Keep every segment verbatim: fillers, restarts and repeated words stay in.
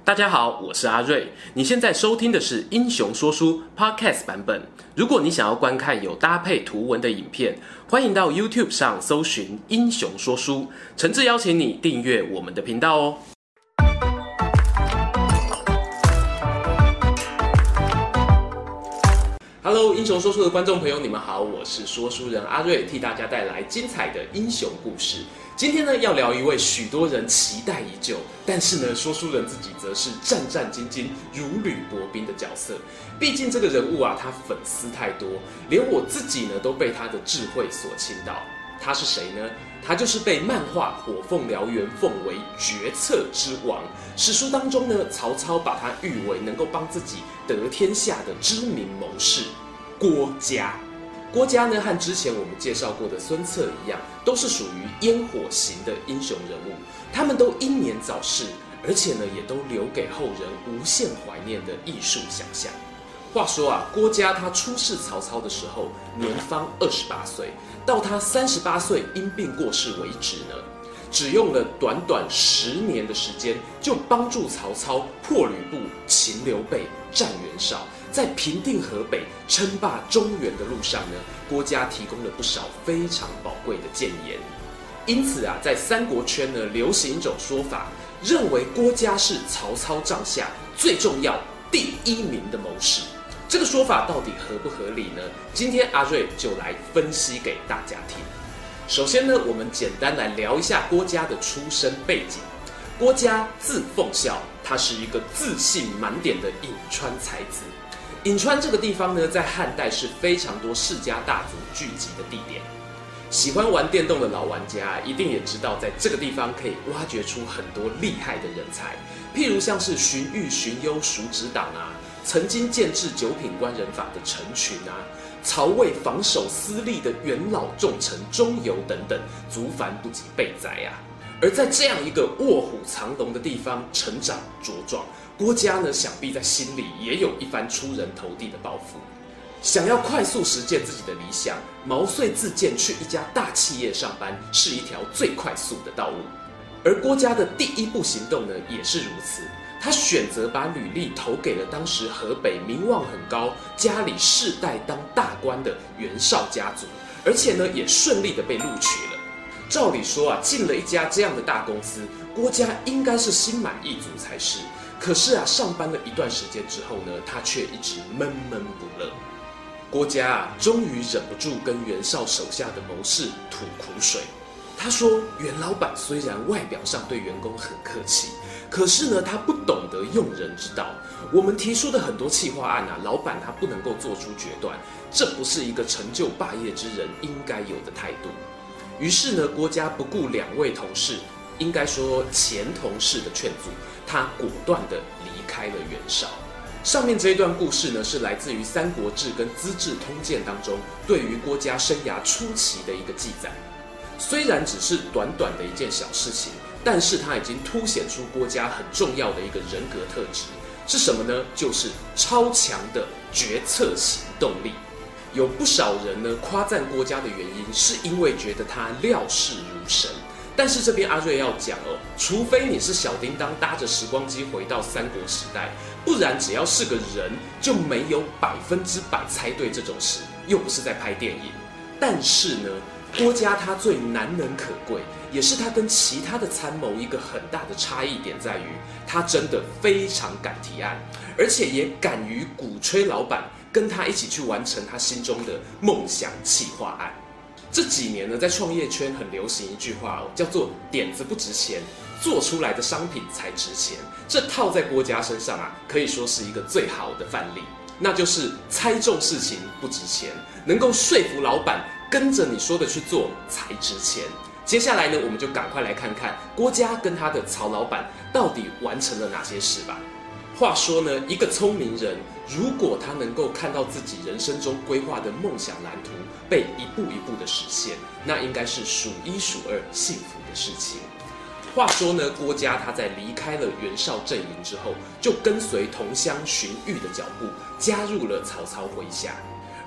大家好，我是阿瑞。你现在收听的是《英雄说书》Podcast 版本。如果你想要观看有搭配图文的影片，欢迎到 YouTube 上搜寻“英雄说书”，诚挚邀请你订阅我们的频道哦。Hello， 英雄说书的观众朋友，你们好，我是说书人阿瑞，替大家带来精彩的英雄故事。今天呢，要聊一位许多人期待已久，但是呢，说书人自己则是战战兢兢、如履薄冰的角色。毕竟这个人物啊，他粉丝太多，连我自己呢都被他的智慧所倾倒。他是谁呢？他就是被漫画《火凤燎原》奉为决策之王。史书当中呢，曹操把他誉为能够帮自己得天下的知名谋士郭嘉。郭嘉呢，和之前我们介绍过的孙策一样，都是属于烟火型的英雄人物。他们都英年早逝，而且呢，也都留给后人无限怀念的艺术想象。话说啊，郭嘉他出仕曹操的时候，年方二十八岁，到他三十八岁因病过世为止呢，只用了短短十年的时间，就帮助曹操破吕布、擒刘备、战袁绍。在平定河北、称霸中原的路上呢，郭嘉提供了不少非常宝贵的谏言。因此啊，在三国圈呢，流行一种说法，认为郭嘉是曹操帐下最重要、第一名的谋士。这个说法到底合不合理呢？今天阿瑞就来分析给大家听。首先呢，我们简单来聊一下郭嘉的出身背景。郭嘉字奉孝，他是一个自信满点的颍川才子。颍川这个地方呢，在汉代是非常多世家大族聚集的地点。喜欢玩电动的老玩家一定也知道，在这个地方可以挖掘出很多厉害的人才，譬如像是荀彧、荀攸、叔侄党啊，曾经建制九品官人法的陈群啊，曹魏防守私利的元老重臣钟繇等等，族繁不及备载啊。而在这样一个卧虎藏龙的地方成长茁壮，郭嘉呢，想必在心里也有一番出人头地的抱负。想要快速实践自己的理想，毛遂自荐去一家大企业上班，是一条最快速的道路。而郭嘉的第一步行动呢，也是如此。他选择把履历投给了当时河北名望很高、家里世代当大官的袁绍家族，而且呢，也顺利的被录取了。照理说啊，进了一家这样的大公司，郭嘉应该是心满意足才是。可是啊，上班了一段时间之后呢，他却一直闷闷不乐。郭嘉啊，终于忍不住跟袁绍手下的谋士吐苦水。他说，袁老板虽然外表上对员工很客气，可是呢，他不懂得用人之道。我们提出的很多企划案啊，老板他不能够做出决断，这不是一个成就霸业之人应该有的态度。于是呢，郭嘉不顾两位同事，应该说前同事的劝阻，他果断地离开了袁绍。上面这一段故事呢，是来自于《三国志》跟《资治通鉴》当中对于郭嘉生涯初期的一个记载。虽然只是短短的一件小事情，但是它已经凸显出郭嘉很重要的一个人格特质是什么呢？就是超强的决策行动力。有不少人呢夸赞郭嘉的原因，是因为觉得他料事如神。但是这边阿瑞要讲哦，除非你是小叮当搭着时光机回到三国时代，不然只要是个人，就没有百分之百猜对这种事，又不是在拍电影。但是呢，郭嘉他最难能可贵，也是他跟其他的参谋一个很大的差异点在于，他真的非常敢提案，而且也敢于鼓吹老板跟他一起去完成他心中的梦想企划案。这几年呢，在创业圈很流行一句话哦，叫做点子不值钱，做出来的商品才值钱。这套在郭嘉身上啊，可以说是一个最好的范例，那就是猜中事情不值钱，能够说服老板跟着你说的去做才值钱。接下来呢，我们就赶快来看看郭嘉跟他的曹老板到底完成了哪些事吧。话说呢，一个聪明人，如果他能够看到自己人生中规划的梦想蓝图被一步一步的实现，那应该是数一数二幸福的事情。话说呢，郭嘉他在离开了袁绍阵营之后，就跟随同乡荀彧的脚步，加入了曹操麾下。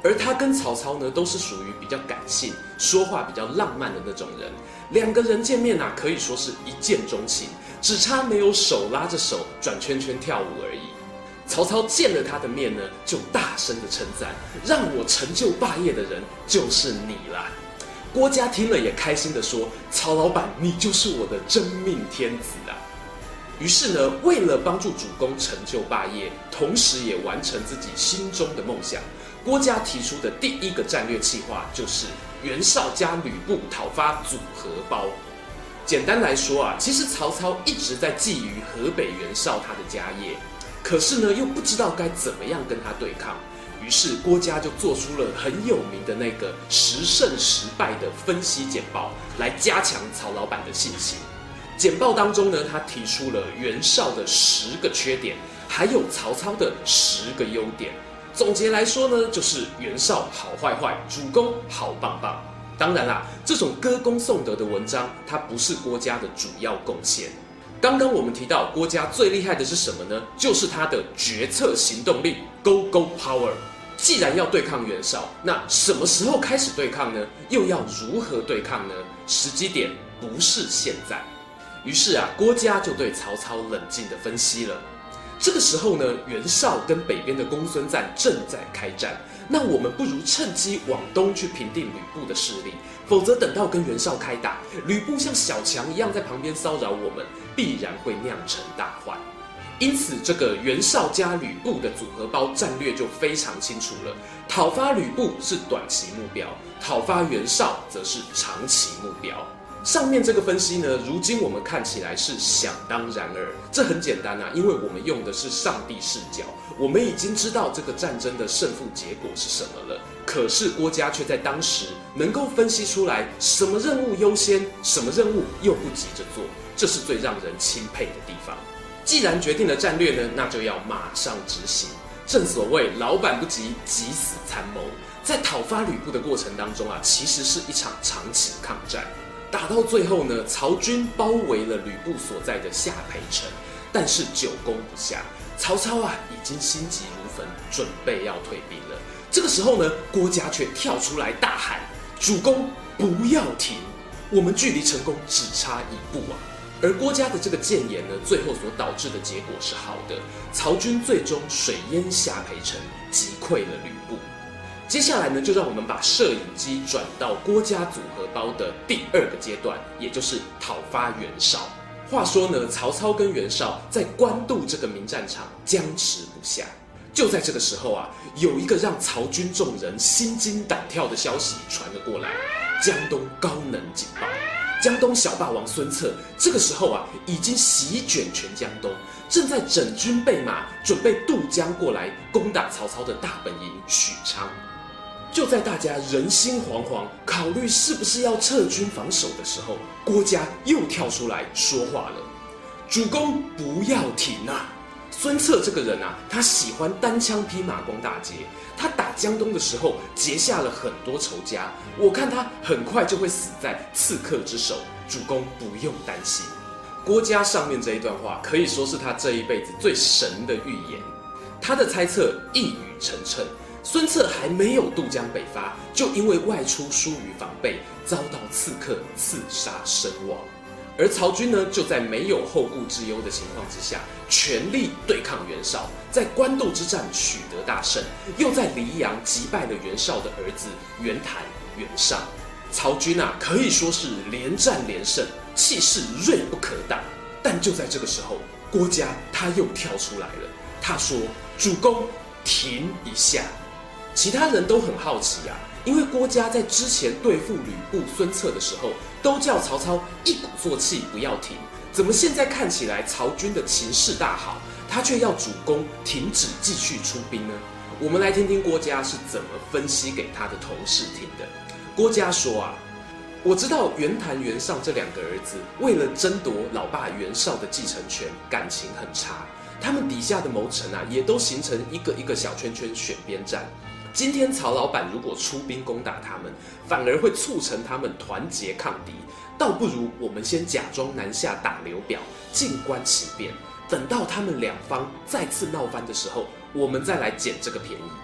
而他跟曹操呢，都是属于比较感性、说话比较浪漫的那种人。两个人见面啊，可以说是一见钟情，只差没有手拉着手转圈圈跳舞而已。曹操见了他的面呢，就大声的称赞：“让我成就霸业的人就是你啦！”郭嘉听了也开心的说：“曹老板，你就是我的真命天子啊！”于是呢，为了帮助主公成就霸业，同时也完成自己心中的梦想，郭嘉提出的第一个战略计划就是袁绍加吕布讨伐组合包。简单来说啊，其实曹操一直在觊觎河北袁绍他的家业，可是呢，又不知道该怎么样跟他对抗。于是郭嘉就做出了很有名的那个十胜十败的分析简报，来加强曹老板的信心。简报当中呢，他提出了袁绍的十个缺点，还有曹操的十个优点。总结来说呢，就是袁绍好坏坏，主公好棒棒。当然啦，这种歌功颂德的文章，它不是郭嘉的主要贡献。刚刚我们提到郭嘉最厉害的是什么呢？就是他的决策行动力 ，Go Go Power。既然要对抗袁绍，那什么时候开始对抗呢？又要如何对抗呢？时机点不是现在。于是啊，郭嘉就对曹操冷静地分析了。这个时候呢，袁绍跟北边的公孙瓒正在开战，那我们不如趁机往东去平定吕布的势力，否则等到跟袁绍开打，吕布像小强一样在旁边骚扰我们，必然会酿成大患。因此，这个袁绍加吕布的组合包战略就非常清楚了。讨伐吕布是短期目标，讨伐袁绍则是长期目标。上面这个分析呢，如今我们看起来是想当然尔，这很简单啊，因为我们用的是上帝视角，我们已经知道这个战争的胜负结果是什么了。可是郭嘉却在当时能够分析出来，什么任务优先，什么任务又不急着做，这是最让人钦佩的地方。既然决定了战略呢，那就要马上执行。正所谓老板不急，急死参谋。在讨伐吕布的过程当中啊，其实是一场长期抗战。打到最后呢，曹军包围了吕布所在的下邳城，但是久攻不下。曹操啊，已经心急如焚，准备要退兵了。这个时候呢，郭嘉却跳出来大喊：“主公不要停，我们距离成功只差一步啊！”而郭嘉的这个谏言呢，最后所导致的结果是好的，曹军最终水淹下邳城，击溃了吕布。接下来呢，就让我们把摄影机转到郭嘉组合包的第二个阶段，也就是讨伐袁绍。话说呢，曹操跟袁绍在官渡这个名战场僵持不下。就在这个时候啊，有一个让曹军众人心惊胆跳的消息传了过来：江东高能警报。江东小霸王孙策这个时候啊，已经席卷全江东，正在整军备马，准备渡江过来攻打曹操的大本营许昌。就在大家人心惶惶，考虑是不是要撤军防守的时候，郭嘉又跳出来说话了：“主公不要停啊！孙策这个人啊，他喜欢单枪匹马攻大捷，他打江东的时候结下了很多仇家，我看他很快就会死在刺客之手，主公不用担心。”郭嘉上面这一段话可以说是他这一辈子最神的预言，他的猜测一语成谶。孙策还没有渡江北伐，就因为外出疏于防备，遭到刺客刺杀身亡。而曹军呢，就在没有后顾之忧的情况之下，全力对抗袁绍，在官渡之战取得大胜，又在黎阳击败了袁绍的儿子袁谭、袁尚。曹军啊，可以说是连战连胜，气势锐不可挡。但就在这个时候，郭嘉他又跳出来了，他说：“主公，停一下。”其他人都很好奇啊，因为郭嘉在之前对付吕布、孙策的时候，都叫曹操一鼓作气不要停，怎么现在看起来曹军的情势大好，他却要主公停止继续出兵呢？我们来听听郭嘉是怎么分析给他的同事听的。郭嘉说啊，我知道袁谭、袁尚这两个儿子为了争夺老爸袁绍的继承权，感情很差，他们底下的谋臣啊，也都形成一个一个小圈圈选边站。今天曹老板如果出兵攻打他们，反而会促成他们团结抗敌，倒不如我们先假装南下打刘表，静观其变，等到他们两方再次闹翻的时候，我们再来捡这个便宜。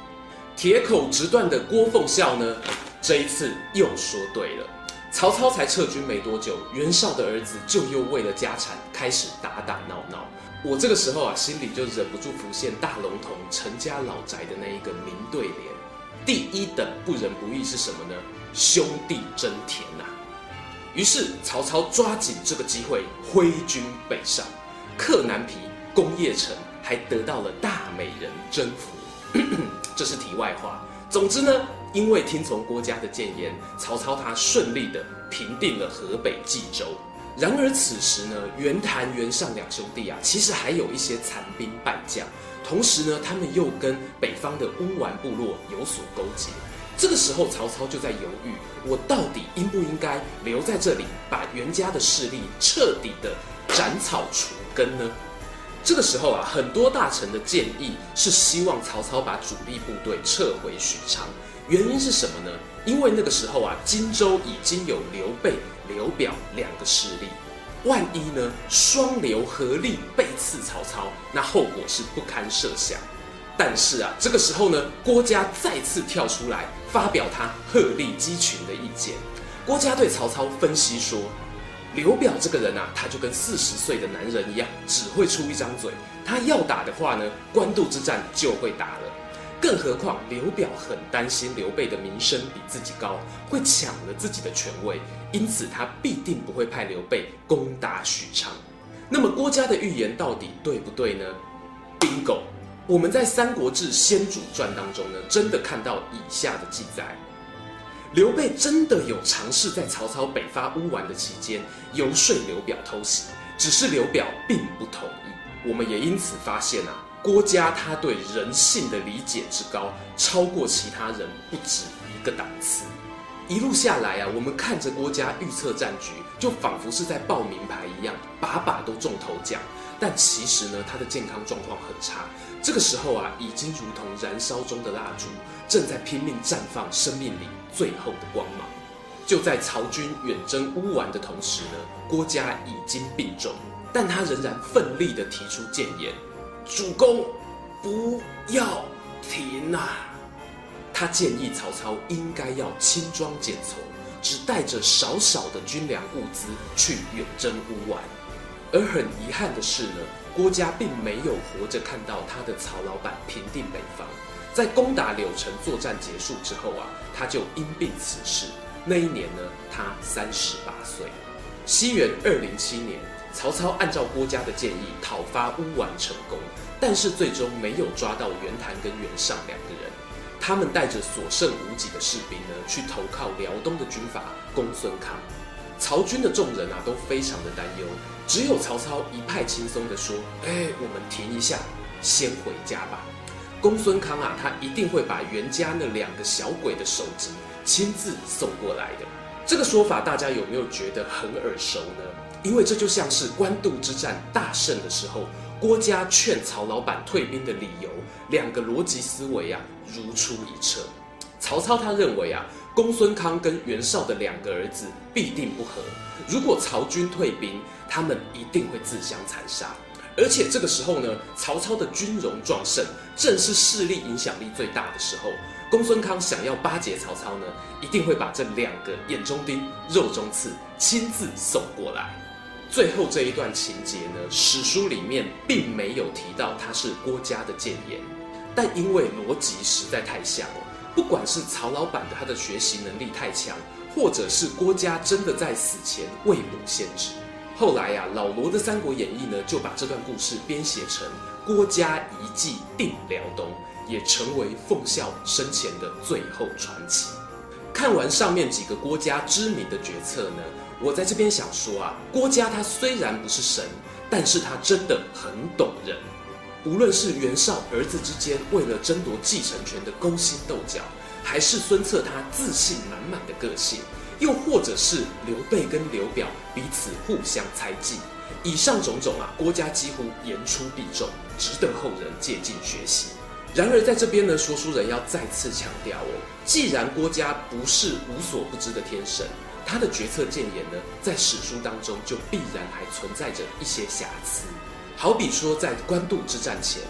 铁口直断的郭奉孝呢，这一次又说对了。曹操才撤军没多久，袁绍的儿子就又为了家产开始打打闹闹。我这个时候啊，心里就忍不住浮现大龙峒陈家老宅的那一个名对联：第一等不仁不义是什么呢？兄弟争田呐、啊。于是曹操抓紧这个机会挥军北上，克南皮、攻邺城，还得到了大美人征服。这是题外话。总之呢，因为听从郭嘉的谏言，曹操他顺利的平定了河北冀州。然而此时呢，袁谭、袁尚两兄弟啊，其实还有一些残兵败将，同时呢，他们又跟北方的乌丸部落有所勾结。这个时候，曹操就在犹豫，我到底应不应该留在这里，把袁家的势力彻底的斩草除根呢？这个时候啊，很多大臣的建议是希望曹操把主力部队撤回许昌。原因是什么呢？因为那个时候啊，荆州已经有刘备、刘表两个势力，万一呢双刘合力背刺曹操，那后果是不堪设想。但是啊，这个时候呢，郭嘉再次跳出来发表他鹤立鸡群的意见。郭嘉对曹操分析说，刘表这个人啊，他就跟四十岁的男人一样，只会出一张嘴。他要打的话呢，官渡之战就会打了。更何况刘表很担心刘备的名声比自己高，会抢了自己的权位，因此他必定不会派刘备攻打许昌。那么郭嘉的预言到底对不对呢 ？Bingo！ 我们在《三国志·先主传》当中呢，真的看到以下的记载。刘备真的有尝试在曹操北伐乌丸的期间游说刘表偷袭，只是刘表并不同意。我们也因此发现啊，郭嘉他对人性的理解之高，超过其他人不止一个档次。一路下来啊，我们看着郭嘉预测战局，就仿佛是在报名牌一样，把把都中头奖。但其实呢，他的健康状况很差。这个时候啊，已经如同燃烧中的蜡烛，正在拼命绽放生命里最后的光芒。就在曹军远征乌丸的同时呢，郭嘉已经病重，但他仍然奋力地提出谏言：主公，不要停啊！他建议曹操应该要轻装简从，只带着少少的军粮物资去远征乌丸。而很遗憾的是呢，郭嘉并没有活着看到他的曹老板平定北方。在攻打柳城作战结束之后啊，他就因病辞世。那一年呢，他三十八岁。西元二零七年，曹操按照郭嘉的建议讨伐乌丸成功，但是最终没有抓到袁谭跟袁尚两个人。他们带着所剩无几的士兵呢，去投靠辽东的军阀公孙康。曹军的众人啊，都非常的担忧，只有曹操一派轻松的说：“哎，我们停一下，先回家吧。”公孙康啊，他一定会把袁家那两个小鬼的首级亲自送过来的。这个说法大家有没有觉得很耳熟呢？因为这就像是官渡之战大胜的时候，郭嘉劝曹老板退兵的理由，两个逻辑思维啊如出一辙。曹操他认为啊，公孙康跟袁绍的两个儿子必定不和，如果曹军退兵，他们一定会自相残杀。而且这个时候呢，曹操的军容壮盛，正是势力影响力最大的时候。公孙康想要巴结曹操呢，一定会把这两个眼中钉、肉中刺亲自送过来。最后这一段情节呢，史书里面并没有提到他是郭嘉的谏言，但因为逻辑实在太像哦，不管是曹老板的他的学习能力太强，或者是郭嘉真的在死前为母先知。后来啊，老罗的《三国演义》呢，就把这段故事编写成郭嘉一计定辽东，也成为奉孝生前的最后传奇。看完上面几个郭嘉知名的决策呢，我在这边想说啊，郭嘉他虽然不是神，但是他真的很懂人。无论是袁绍儿子之间为了争夺继承权的勾心斗角，还是孙策他自信满满的个性，又或者是刘备跟刘表彼此互相猜忌，以上种种啊，郭嘉几乎言出必中，值得后人借鉴学习。然而在这边呢，说书人要再次强调哦，既然郭嘉不是无所不知的天神，他的决策谏言呢，在史书当中就必然还存在着一些瑕疵。好比说在官渡之战前，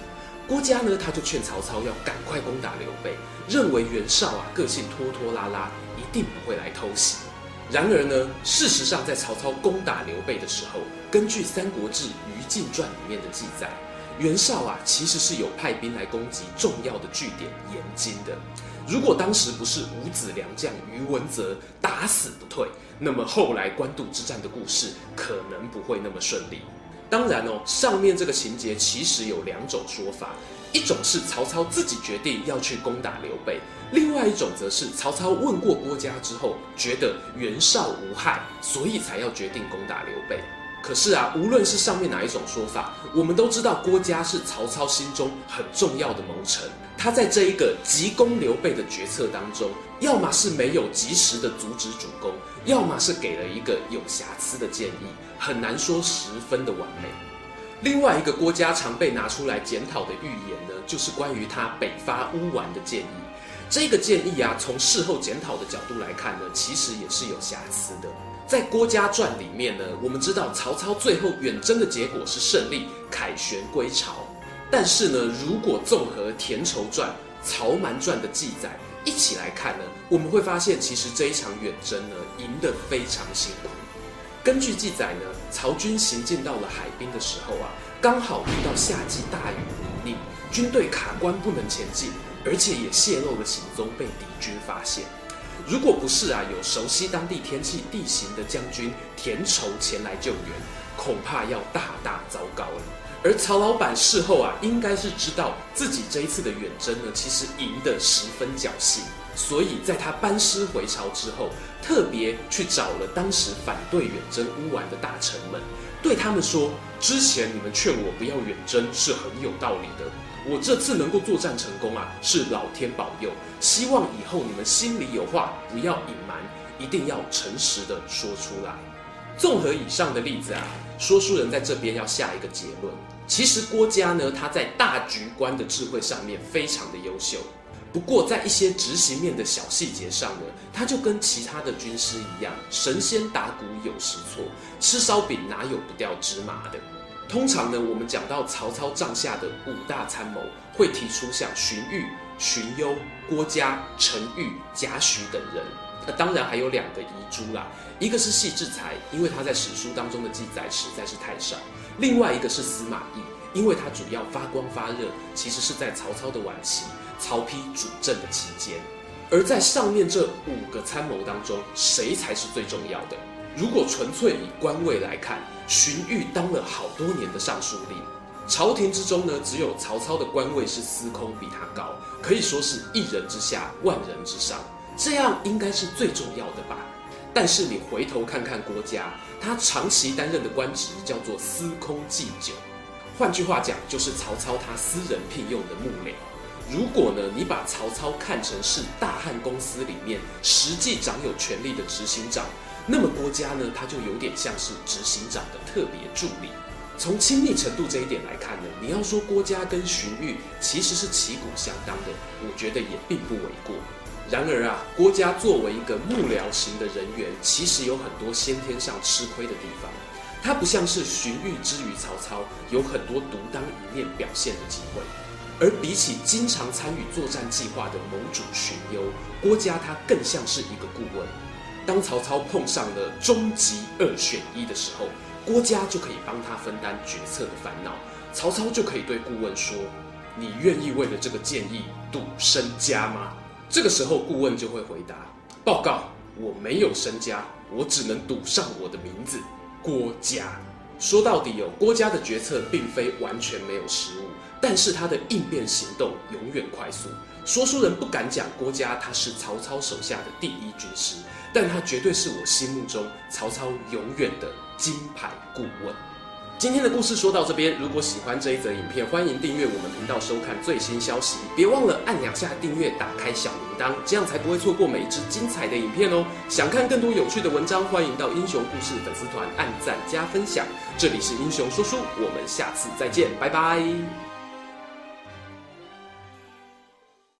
郭嘉呢，他就劝曹操要赶快攻打刘备，认为袁绍啊个性拖拖拉拉，一定不会来偷袭。然而呢，事实上在曹操攻打刘备的时候，根据《三国志·于禁传》里面的记载，袁绍啊其实是有派兵来攻击重要的据点延津的。如果当时不是五子良将于文泽打死不退，那么后来官渡之战的故事可能不会那么顺利。当然哦，上面这个情节其实有两种说法，一种是曹操自己决定要去攻打刘备，另外一种则是曹操问过郭嘉之后，觉得袁绍无害，所以才要决定攻打刘备。可是啊，无论是上面哪一种说法，我们都知道郭嘉是曹操心中很重要的谋臣。他在这一个急攻刘备的决策当中，要么是没有及时的阻止主攻，要么是给了一个有瑕疵的建议，很难说十分的完美。另外一个郭嘉常被拿出来检讨的预言呢，就是关于他北伐乌丸的建议。这个建议啊，从事后检讨的角度来看呢，其实也是有瑕疵的。在《郭嘉传》里面呢，我们知道曹操最后远征的结果是胜利，凯旋归朝。但是呢，如果综合《田畴传》《曹瞒传》的记载一起来看呢，我们会发现其实这一场远征呢，赢得非常辛苦。根据记载呢，曹军行进到了海滨的时候啊，刚好遇到夏季大雨泥泞，军队卡关不能前进，而且也泄露了行踪，被敌军发现。如果不是啊有熟悉当地天气地形的将军田畴前来救援，恐怕要大大糟糕了。而曹老板事后啊，应该是知道自己这一次的远征呢，其实赢得十分侥幸，所以在他班师回朝之后，特别去找了当时反对远征乌丸的大臣们，对他们说：之前你们劝我不要远征是很有道理的，我这次能够作战成功啊，是老天保佑。希望以后你们心里有话不要隐瞒，一定要诚实的说出来。综合以上的例子啊，说书人在这边要下一个结论：其实郭嘉呢，他在大局观的智慧上面非常的优秀，不过在一些执行面的小细节上呢，他就跟其他的军师一样，神仙打鼓有时错，吃烧饼哪有不掉芝麻的。通常呢，我们讲到曹操帐下的五大参谋，会提出像荀彧、荀攸、郭嘉、陈玉、贾诩等人。那当然还有两个遗珠啦，一个是戏志才，因为他在史书当中的记载实在是太少；另外一个是司马懿，因为他主要发光发热，其实是在曹操的晚期，曹丕主政的期间。而在上面这五个参谋当中，谁才是最重要的？如果纯粹以官位来看，荀彧当了好多年的尚书令，朝廷之中呢，只有曹操的官位是司空比他高，可以说是一人之下，万人之上，这样应该是最重要的吧。但是你回头看看郭嘉，他长期担任的官职叫做司空祭酒，换句话讲，就是曹操他私人聘用的幕僚。如果呢，你把曹操看成是大汉公司里面实际掌有权力的执行长，那么郭嘉呢，他就有点像是执行长的特别助理。从亲密程度这一点来看呢，你要说郭嘉跟荀彧其实是旗鼓相当的，我觉得也并不为过。然而啊，郭嘉作为一个幕僚型的人员，其实有很多先天上吃亏的地方。他不像是荀彧之于曹操，有很多独当一面表现的机会。而比起经常参与作战计划的盟主荀攸，郭嘉他更像是一个顾问。当曹操碰上了终极二选一的时候，郭嘉就可以帮他分担决策的烦恼。曹操就可以对顾问说：你愿意为了这个建议赌身家吗？这个时候顾问就会回答：报告，我没有身家，我只能赌上我的名字郭嘉。说到底哦，郭嘉的决策并非完全没有失误，但是他的应变行动永远快速。说书人不敢讲郭嘉他是曹操手下的第一军师，但他绝对是我心目中曹操永远的金牌顾问。今天的故事说到这边，如果喜欢这一则影片，欢迎订阅我们频道收看最新消息，别忘了按两下订阅，打开小铃铛，这样才不会错过每一支精彩的影片哦。想看更多有趣的文章，欢迎到英雄故事粉丝团按赞加分享。这里是英雄说书，我们下次再见，拜拜。